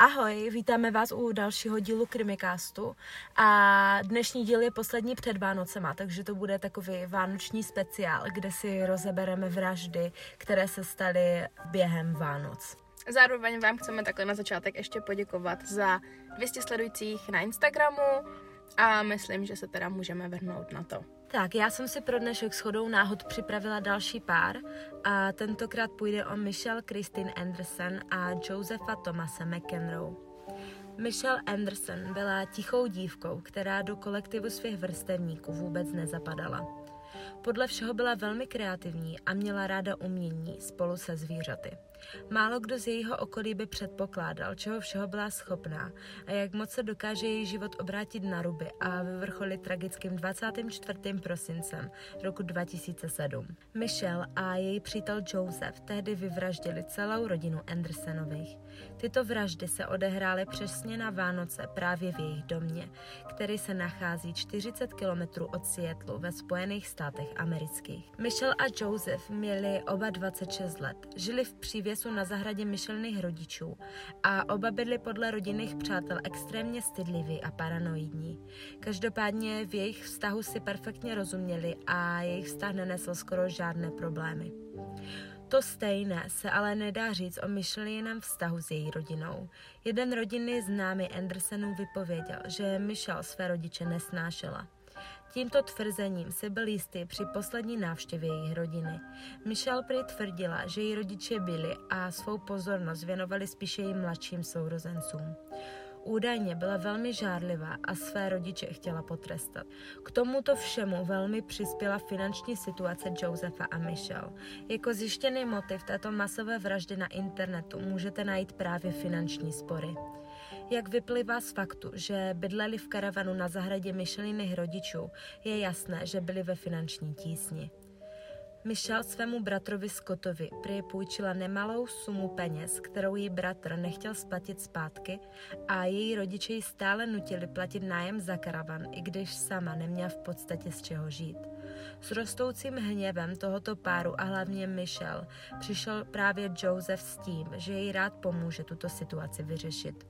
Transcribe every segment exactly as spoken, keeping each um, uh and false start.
Ahoj, vítáme vás u dalšího dílu Krimicastu a dnešní díl je poslední před Vánocema, takže to bude takový vánoční speciál, kde si rozebereme vraždy, které se staly během Vánoc. Zároveň vám chceme takhle na začátek ještě poděkovat za dvě stě sledujících na Instagramu a myslím, že se teda můžeme vrhnout na to. Tak, já jsem si pro dnešek shodou náhod připravila další pár a tentokrát půjde o Michelle Christine Anderson a Josepha Thomase McEnroe. Michelle Anderson byla tichou dívkou, která do kolektivu svých vrstevníků vůbec nezapadala. Podle všeho byla velmi kreativní a měla ráda umění spolu se zvířaty. Málo kdo z jejího okolí by předpokládal, čeho všeho byla schopná a jak moc se dokáže její život obrátit na ruby a vyvrcholit tragickým dvacátým čtvrtým prosincem roku dva tisíce sedm. Michelle a její přítel Joseph tehdy vyvraždili celou rodinu Andersonových. Tyto vraždy se odehrály přesně na Vánoce právě v jejich domě, který se nachází čtyřicet kilometrů od Seattlu ve Spojených státech amerických. Michelle a Joseph měli oba dvacet šest let, žili v přívěsu na zahradě Micheliných rodičů a oba byli podle rodinných přátel extrémně stydliví a paranoidní. Každopádně v jejich vztahu si perfektně rozuměli a jejich vztah nenesl skoro žádné problémy. To stejné se ale nedá říct o Micheliném vztahu s její rodinou. Jeden rodinný známý Andersonů vypověděl, že Michelle své rodiče nesnášela. Tímto tvrzením si byl jistý při poslední návštěvě jejich rodiny. Michelle prý tvrdila, že její rodiče byli a svou pozornost věnovali spíše jejím mladším sourozencům. Údajně byla velmi žárlivá a své rodiče chtěla potrestat. K tomuto všemu velmi přispěla finanční situace Josepha a Michelle. Jako zjištěný motiv této masové vraždy na internetu můžete najít právě finanční spory. Jak vyplývá z faktu, že bydleli v karavanu na zahradě Micheliných rodičů, je jasné, že byli ve finanční tísni. Michelle svému bratrovi Scottovi prý půjčila nemalou sumu peněz, kterou jí bratr nechtěl splatit zpátky a její rodiče ji stále nutili platit nájem za karavan, i když sama neměla v podstatě z čeho žít. S rostoucím hněvem tohoto páru a hlavně Michelle přišel právě Joseph s tím, že jí rád pomůže tuto situaci vyřešit.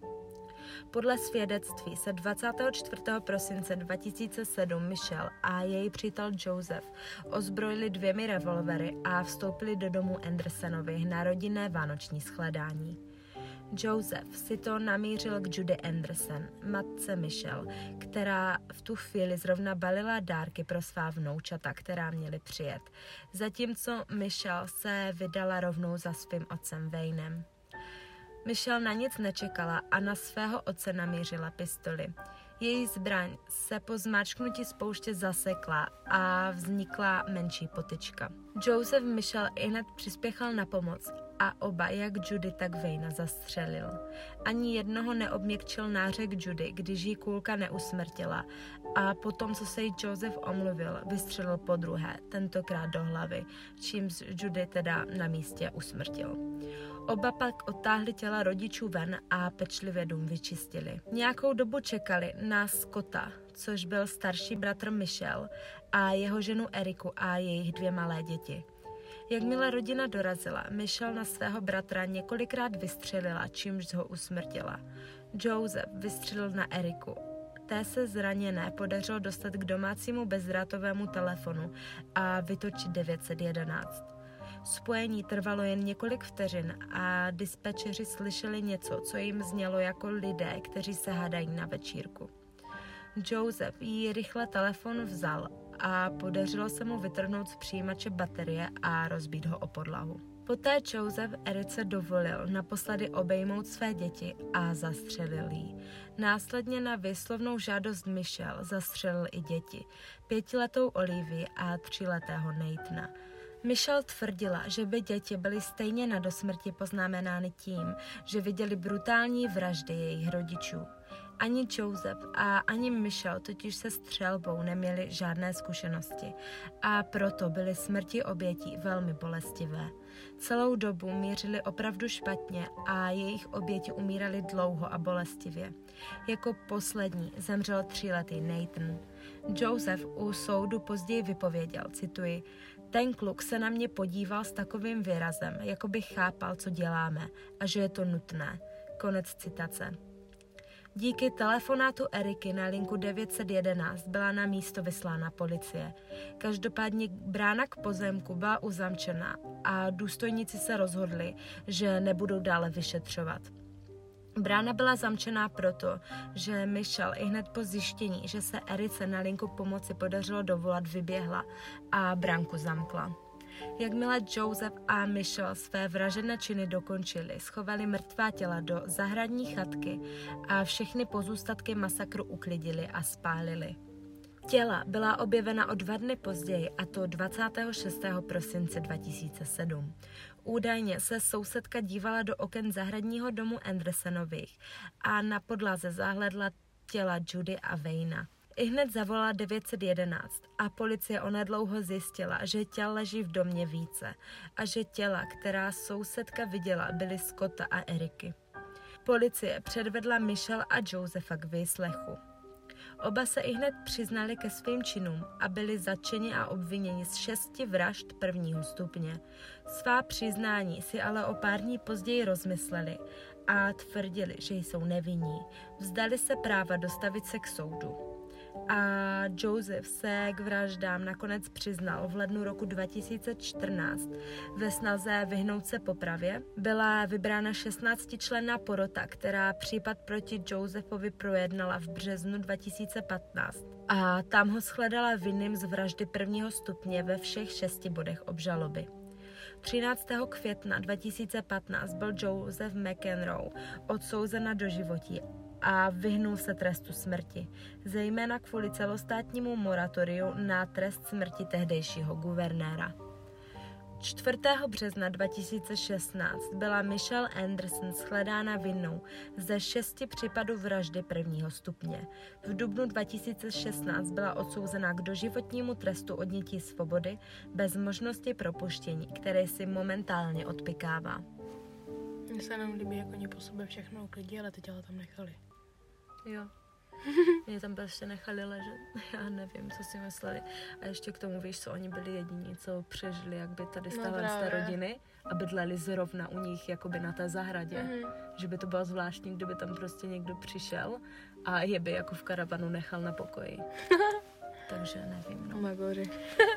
Podle svědectví se dvacátého čtvrtého prosince dva tisíce sedm Michelle a její přítel Joseph ozbrojili dvěmi revolvery a vstoupili do domu Andersonových na rodinné vánoční shledání. Joseph si to namířil k Judy Anderson, matce Michelle, která v tu chvíli zrovna balila dárky pro svá vnoučata, která měly přijet, zatímco Michelle se vydala rovnou za svým otcem Waynem. Michelle na nic nečekala a na svého otce namířila pistoli. Její zbraň se po zmáčknutí spouště zasekla a vznikla menší potyčka. Joseph Michelle ihned přispěchal na pomoc a oba, jak Judy, tak Wayna, zastřelil. Ani jednoho neobměkčil nářek Judy, když jí kulka neusmrtila a potom, co se jí Joseph omluvil, vystřelil po druhé, tentokrát do hlavy, čímž Judy teda na místě usmrtil. Oba pak odtáhli těla rodičů ven a pečlivě dům vyčistili. Nějakou dobu čekali na Scotta, což byl starší bratr Michelle, a jeho ženu Eriku a jejich dvě malé děti. Jakmile rodina dorazila, Michelle na svého bratra několikrát vystřelila, čímž ho usmrtila. Joseph vystřelil na Eriku. Té se zraněné podařilo dostat k domácímu bezdrátovému telefonu a vytočit devět set jedenáct. Spojení trvalo jen několik vteřin a dispečeři slyšeli něco, co jim znělo jako lidé, kteří se hádají na večírku. Joseph jí rychle telefon vzal a podařilo se mu vytrhnout z přijímače baterie a rozbít ho o podlahu. Poté Joseph Erice dovolil naposledy obejmout své děti a zastřelil jí. Následně na výslovnou žádost Michelle zastřelil i děti, pětiletou Olivii a tříletého Nathana. Michelle tvrdila, že by děti byly stejně na dosmrti poznamenány tím, že viděli brutální vraždy jejich rodičů. Ani Joseph a ani Michelle totiž se střelbou neměli žádné zkušenosti a proto byly smrti obětí velmi bolestivé. Celou dobu mířili opravdu špatně a jejich oběti umírali dlouho a bolestivě. Jako poslední zemřel tříletý Nathan. Joseph u soudu později vypověděl, cituji, ten kluk se na mě podíval s takovým výrazem, jako by chápal, co děláme a že je to nutné. Konec citace. Díky telefonátu Eriky na linku devět set jedenáct byla na místo vyslána policie. Každopádně brána k pozemku byla uzamčena a důstojníci se rozhodli, že nebudou dále vyšetřovat. Brána byla zamčená proto, že Michelle ihned po zjištění, že se Erice na linku pomoci podařilo dovolat, vyběhla a bránku zamkla. Jakmile Joseph a Michelle své vražedné činy dokončili, schovali mrtvá těla do zahradní chatky a všechny pozůstatky masakru uklidili a spálili. Těla byla objevena o dva dny později, a to dvacátého šestého prosince dva tisíce sedm. Údajně se sousedka dívala do oken zahradního domu Andersonových a na podlaze zahlédla těla Judy a Wayna. Ihned zavolala devět set jedenáct a policie onedlouho zjistila, že těl leží v domě více a že těla, která sousedka viděla, byly Scotta a Eriky. Policie předvedla Michelle a Josepha k výslechu. Oba se ihned přiznali ke svým činům a byli zatčeni a obviněni z šesti vražd prvního stupně. Svá přiznání si ale o pár dní později rozmysleli a tvrdili, že jsou nevinní. Vzdali se práva dostavit se k soudu. A Joseph se k vraždám nakonec přiznal v lednu roku dva tisíce čtrnáct. Ve snaze vyhnout se popravě byla vybrána šestnáctičlenná porota, která případ proti Josephovi projednala v březnu dva tisíce patnáct. A tam ho shledala vinným z vraždy prvního stupně ve všech šesti bodech obžaloby. třináctého května dva tisíce patnáct byl Joseph McEnroe odsouzen na doživotí a vyhnul se trestu smrti, zejména kvůli celostátnímu moratoriu na trest smrti tehdejšího guvernéra. čtvrtého března dva tisíce šestnáct byla Michelle Anderson shledána vinnou ze šesti případů vraždy prvního stupně. V dubnu dva tisíce šestnáct byla odsouzena k doživotnímu trestu odnětí svobody bez možnosti propuštění, které si momentálně odpykává. Mně se nám líbí, jak oni po sobě všechno uklidí, ale ty těla tam nechali. Jo. Mě tam prostě nechali ležet. Já nevím, co si mysleli. A ještě k tomu, víš co, oni byli jediní, co přežili, jak by tady z téhle no, z té rodiny a bydleli zrovna u nich, jakoby na té zahradě. Mm-hmm. Že by to bylo zvláštní, kdyby tam prostě někdo přišel a je by jako v karavanu nechal na pokoji. Takže nevím, no. Oh my God.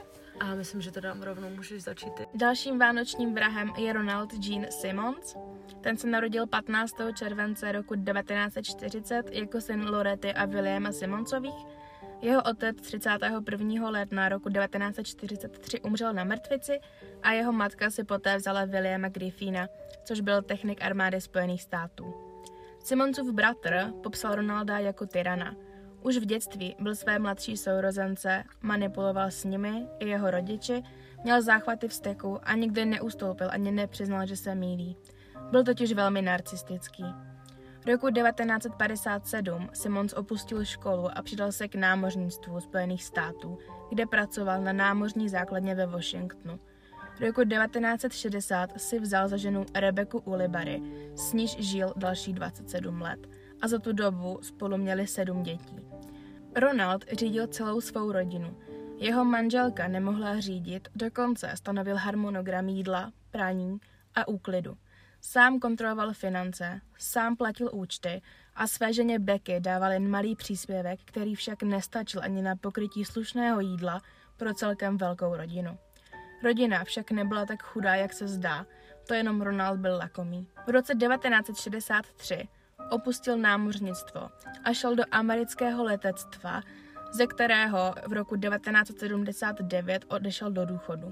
A myslím, že to dám rovnou, můžeš začít ty. Dalším vánočním vrahem je Ronald Gene Simmons. Ten se narodil patnáctého července roku devatenáct set čtyřicet jako syn Lorety a Williama Simmonsových. Jeho otec třicátého prvního ledna roku devatenáct set čtyřicet tři umřel na mrtvici a jeho matka si poté vzala Williama Griffina, což byl technik armády Spojených států. Simmonsův bratr popsal Ronalda jako tyrana. Už v dětství byl své mladší sourozence, manipuloval s nimi i jeho rodiči, měl záchvaty vzteku a nikdy neustoupil ani nepřiznal, že se mýlí. Byl totiž velmi narcistický. Roku devatenáct set padesát sedm Simmons opustil školu a přidal se k námořnictvu Spojených států, kde pracoval na námořní základně ve Washingtonu. Roku devatenáct set šedesát si vzal za ženu Rebeccu Ulibarri, s níž žil další dvacet sedm let a za tu dobu spolu měli sedm dětí. Ronald řídil celou svou rodinu. Jeho manželka nemohla řídit, dokonce stanovil harmonogram jídla, praní a úklidu. Sám kontroloval finance, sám platil účty a své ženě Becky dával jen malý příspěvek, který však nestačil ani na pokrytí slušného jídla pro celkem velkou rodinu. Rodina však nebyla tak chudá, jak se zdá, to jenom Ronald byl lakomý. V roce devatenáct set šedesát tři opustil námořnictvo a šel do amerického letectva, ze kterého v roku devatenáct set sedmdesát devět odešel do důchodu.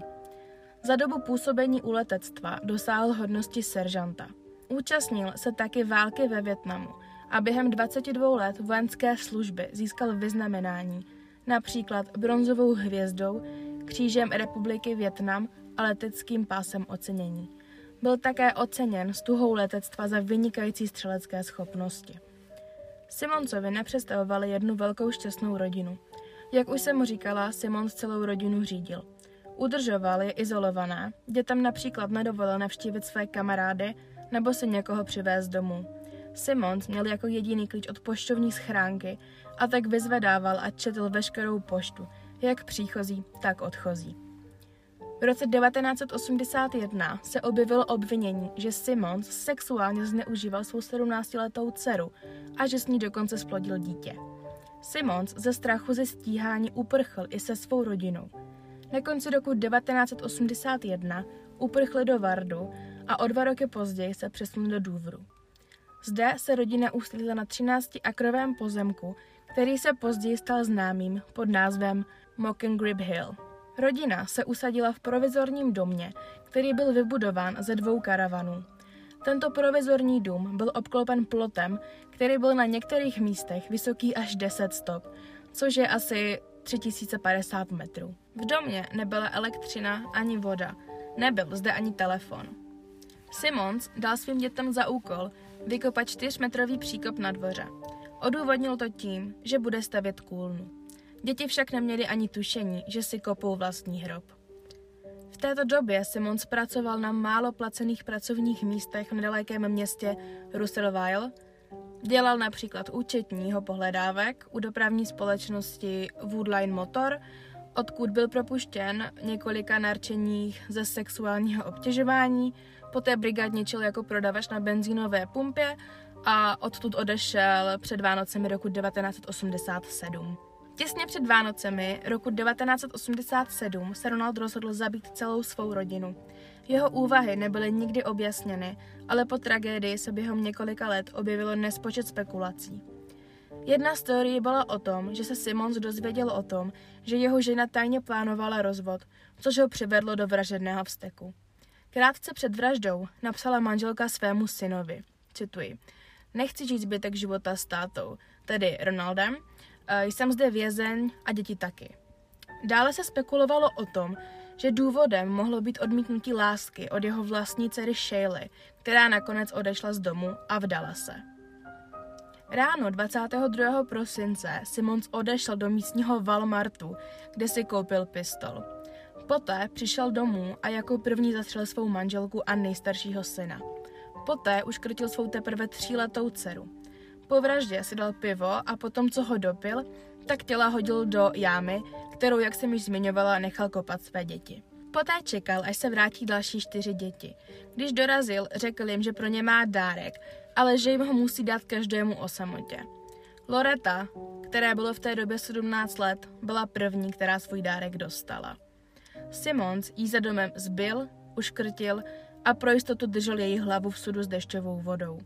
Za dobu působení u letectva dosáhl hodnosti seržanta. Účastnil se taky války ve Vietnamu a během dvaceti dvou let vojenské služby získal vyznamenání, například bronzovou hvězdou, křížem republiky Vietnam a leteckým pásem ocenění. Byl také oceněn stuhou letectva za vynikající střelecké schopnosti. Simmonsovi nepředstavovali jednu velkou šťastnou rodinu. Jak už jsem mu říkala, Simmons celou rodinu řídil. Udržoval je izolované, dětem například nedovolil navštívit své kamarády nebo si někoho přivést domů. Simmons měl jako jediný klíč od poštovní schránky a tak vyzvedával a četl veškerou poštu, jak příchozí, tak odchozí. V roce devatenáct set osmdesát jedna se objevilo obvinění, že Simmons sexuálně zneužíval svou sedmnáctiletou dceru a že s ní dokonce splodil dítě. Simmons ze strachu ze stíhání uprchl i se svou rodinou. Na konci roku devatenáct set osmdesát jedna uprchli do Vardu a o dva roky později se přesunuli do Douvru. Zde se rodina usídlila na třináctiakrovém pozemku, který se později stal známým pod názvem Mockingrib Hill. Rodina se usadila v provizorním domě, který byl vybudován ze dvou karavanů. Tento provizorní dům byl obklopen plotem, který byl na některých místech vysoký až deset stop, což je asi tři tisíce padesát metrů. V domě nebyla elektřina ani voda, nebyl zde ani telefon. Simmons dal svým dětem za úkol vykopat čtyřmetrový příkop na dvoře. Odůvodnil to tím, že bude stavět kůlnu. Děti však neměly ani tušení, že si kopou vlastní hrob. V této době Simmons pracoval na málo placených pracovních místech v nedalekém městě Russellville. Dělal například účetního pohledávek u dopravní společnosti Woodline Motor, odkud byl propuštěn několika narčeních ze sexuálního obtěžování, poté brigádničil jako prodavač na benzínové pumpě a odtud odešel před Vánocemi roku devatenáct set osmdesát sedm. Těsně před Vánocemi roku devatenáct set osmdesát sedm se Ronald rozhodl zabít celou svou rodinu. Jeho úvahy nebyly nikdy objasněny, ale po tragédii se během několika let objevilo nespočet spekulací. Jedna z teorií byla o tom, že se Simmons dozvěděl o tom, že jeho žena tajně plánovala rozvod, což ho přivedlo do vražedného vzteku. Krátce před vraždou napsala manželka svému synovi, cituji, nechci žít zbytek života s tátou, tedy Ronaldem, jsem zde vězeň a děti taky. Dále se spekulovalo o tom, že důvodem mohlo být odmítnutí lásky od jeho vlastní dcery Shayly, která nakonec odešla z domu a vdala se. Ráno dvacátého druhého prosince Simmons odešel do místního Walmartu, kde si koupil pistol. Poté přišel domů a jako první zastřelil svou manželku a nejstaršího syna. Poté uškrtil svou teprve tříletou dceru. Po vraždě si dal pivo a potom, co ho dopil, tak těla hodil do jámy, kterou, jak jsem již zmiňovala, nechal kopat své děti. Poté čekal, až se vrátí další čtyři děti. Když dorazil, řekl jim, že pro ně má dárek, ale že jim ho musí dát každému o samotě. Loretta, které bylo v té době sedmnáct let, byla první, která svůj dárek dostala. Simmons jí za domem zbil, uškrtil a pro jistotu držel její hlavu v sudu s dešťovou vodou.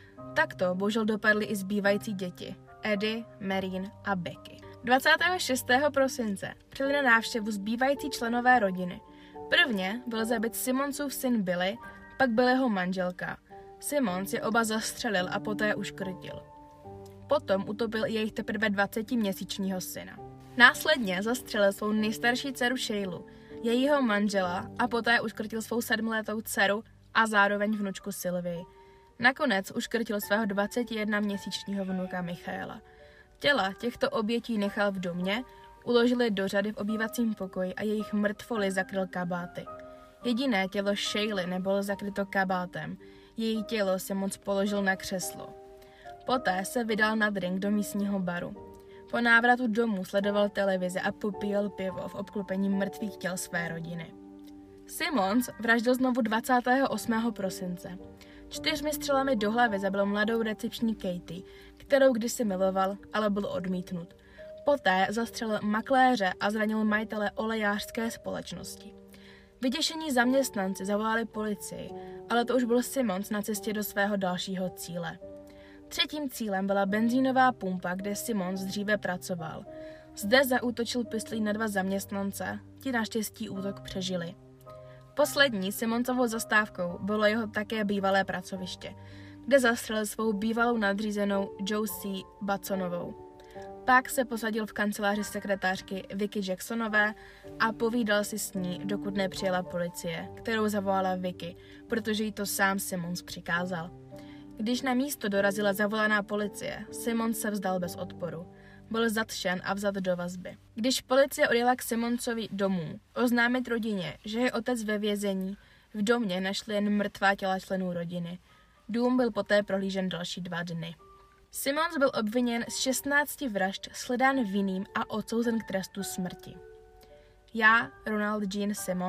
Takto bohužel dopadly i zbývající děti, Eddie, Marine a Becky. dvacátého šestého prosince přijeli na návštěvu zbývající členové rodiny. Prvně byl zabit Simmonsův syn Billy, pak byla jeho manželka. Simmons je oba zastřelil a poté je uškrtil. Potom utopil i jejich teprve dvacetiměsíčního syna. Následně zastřelil svou nejstarší dceru Shaylu, jejího manžela a poté uškrtil svou sedmiletou dceru a zároveň vnučku Sylvii. Nakonec uškrtil svého dvacetijednaměsíčního vnuka Michaela. Těla těchto obětí nechal v domě, uložil je do řady v obývacím pokoji a jejich mrtvoly zakryl kabáty. Jediné tělo Shayly nebylo zakryto kabátem, její tělo si moc položil na křeslo. Poté se vydal na drink do místního baru. Po návratu domů sledoval televizi a popíjel pivo v obklopení mrtvých těl své rodiny. Simmons vraždil znovu dvacátého osmého prosince. Čtyřmi střelami do hlavy zabil mladou recepční Katie, kterou kdysi miloval, ale byl odmítnut. Poté zastřelil makléře a zranil majitele olejářské společnosti. Vyděšení zaměstnanci zavolali policii, ale to už byl Simmons na cestě do svého dalšího cíle. Třetím cílem byla benzínová pumpa, kde Simmons dříve pracoval. Zde zaútočil pistolí na dva zaměstnance, ti naštěstí útok přežili. Poslední Simmonsovou zastávkou bylo jeho také bývalé pracoviště, kde zastřelil svou bývalou nadřízenou Josie Batsonovou. Pak se posadil v kanceláři sekretářky Vicky Jacksonové a povídal si s ní, dokud nepřijela policie, kterou zavolala Vicky, protože jí to sám Simmons přikázal. Když na místo dorazila zavolaná policie, Simmons se vzdal bez odporu. Byl zatčen a vzat do vazby. Když policie odjela k Simmonsovi domů oznámit rodině, že je otec ve vězení, v domě našli jen mrtvá těla členů rodiny. Dům byl poté prohlížen další dva dny. Simmons byl obviněn z šestnácti vražd, shledán vinným a odsouzen k trestu smrti. Já, Ronald Gene Simmons,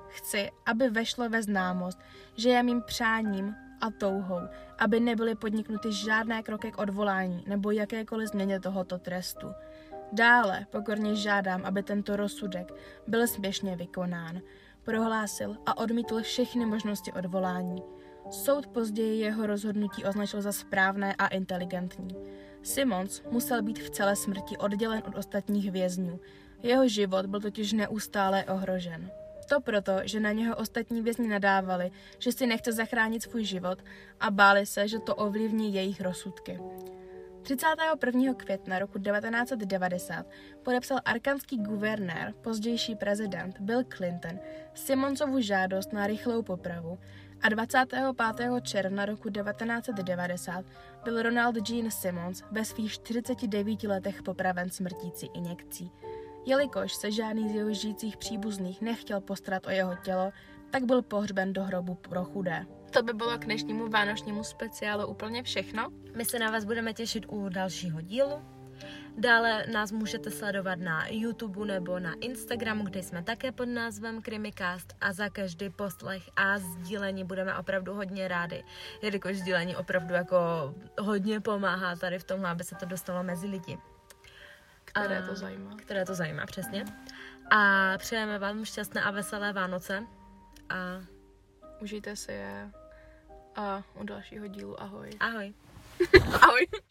Chci, aby vešlo ve známost, že je mým přáním a touhou, aby nebyly podniknuty žádné kroky k odvolání nebo jakékoliv změně tohoto trestu. Dále pokorně žádám, aby tento rozsudek byl spěšně vykonán, prohlásil a odmítl všechny možnosti odvolání. Soud později jeho rozhodnutí označil za správné a inteligentní. Simmons musel být v celé smrti oddělen od ostatních vězňů. Jeho život byl totiž neustále ohrožen. To proto, že na něho ostatní vězni nadávali, že si nechce zachránit svůj život a báli se, že to ovlivní jejich rozsudky. třicátého prvního května roku devatenáct set devadesát podepsal arkanský guvernér, pozdější prezident Bill Clinton, Simmonsovu žádost na rychlou popravu a dvacátého pátého června roku devatenáct set devadesát byl Ronald Gene Simmons ve svých čtyřiceti devíti letech popraven smrtící injekcí. Jelikož se žádný z jeho žijících příbuzných nechtěl postarat o jeho tělo, tak byl pohřben do hrobu pro chudé. To by bylo k dnešnímu vánočnímu speciálu úplně všechno. My se na vás budeme těšit u dalšího dílu. Dále nás můžete sledovat na YouTube nebo na Instagramu, kde jsme také pod názvem Krimikast, a za každý poslech a sdílení budeme opravdu hodně rádi, jelikož sdílení opravdu jako hodně pomáhá tady v tomhle, aby se to dostalo mezi lidi. Které a, to zajímá. Které to zajímá, přesně. A přejeme vám šťastné a veselé Vánoce. A užijte si je. A u dalšího dílu ahoj. Ahoj. Ahoj.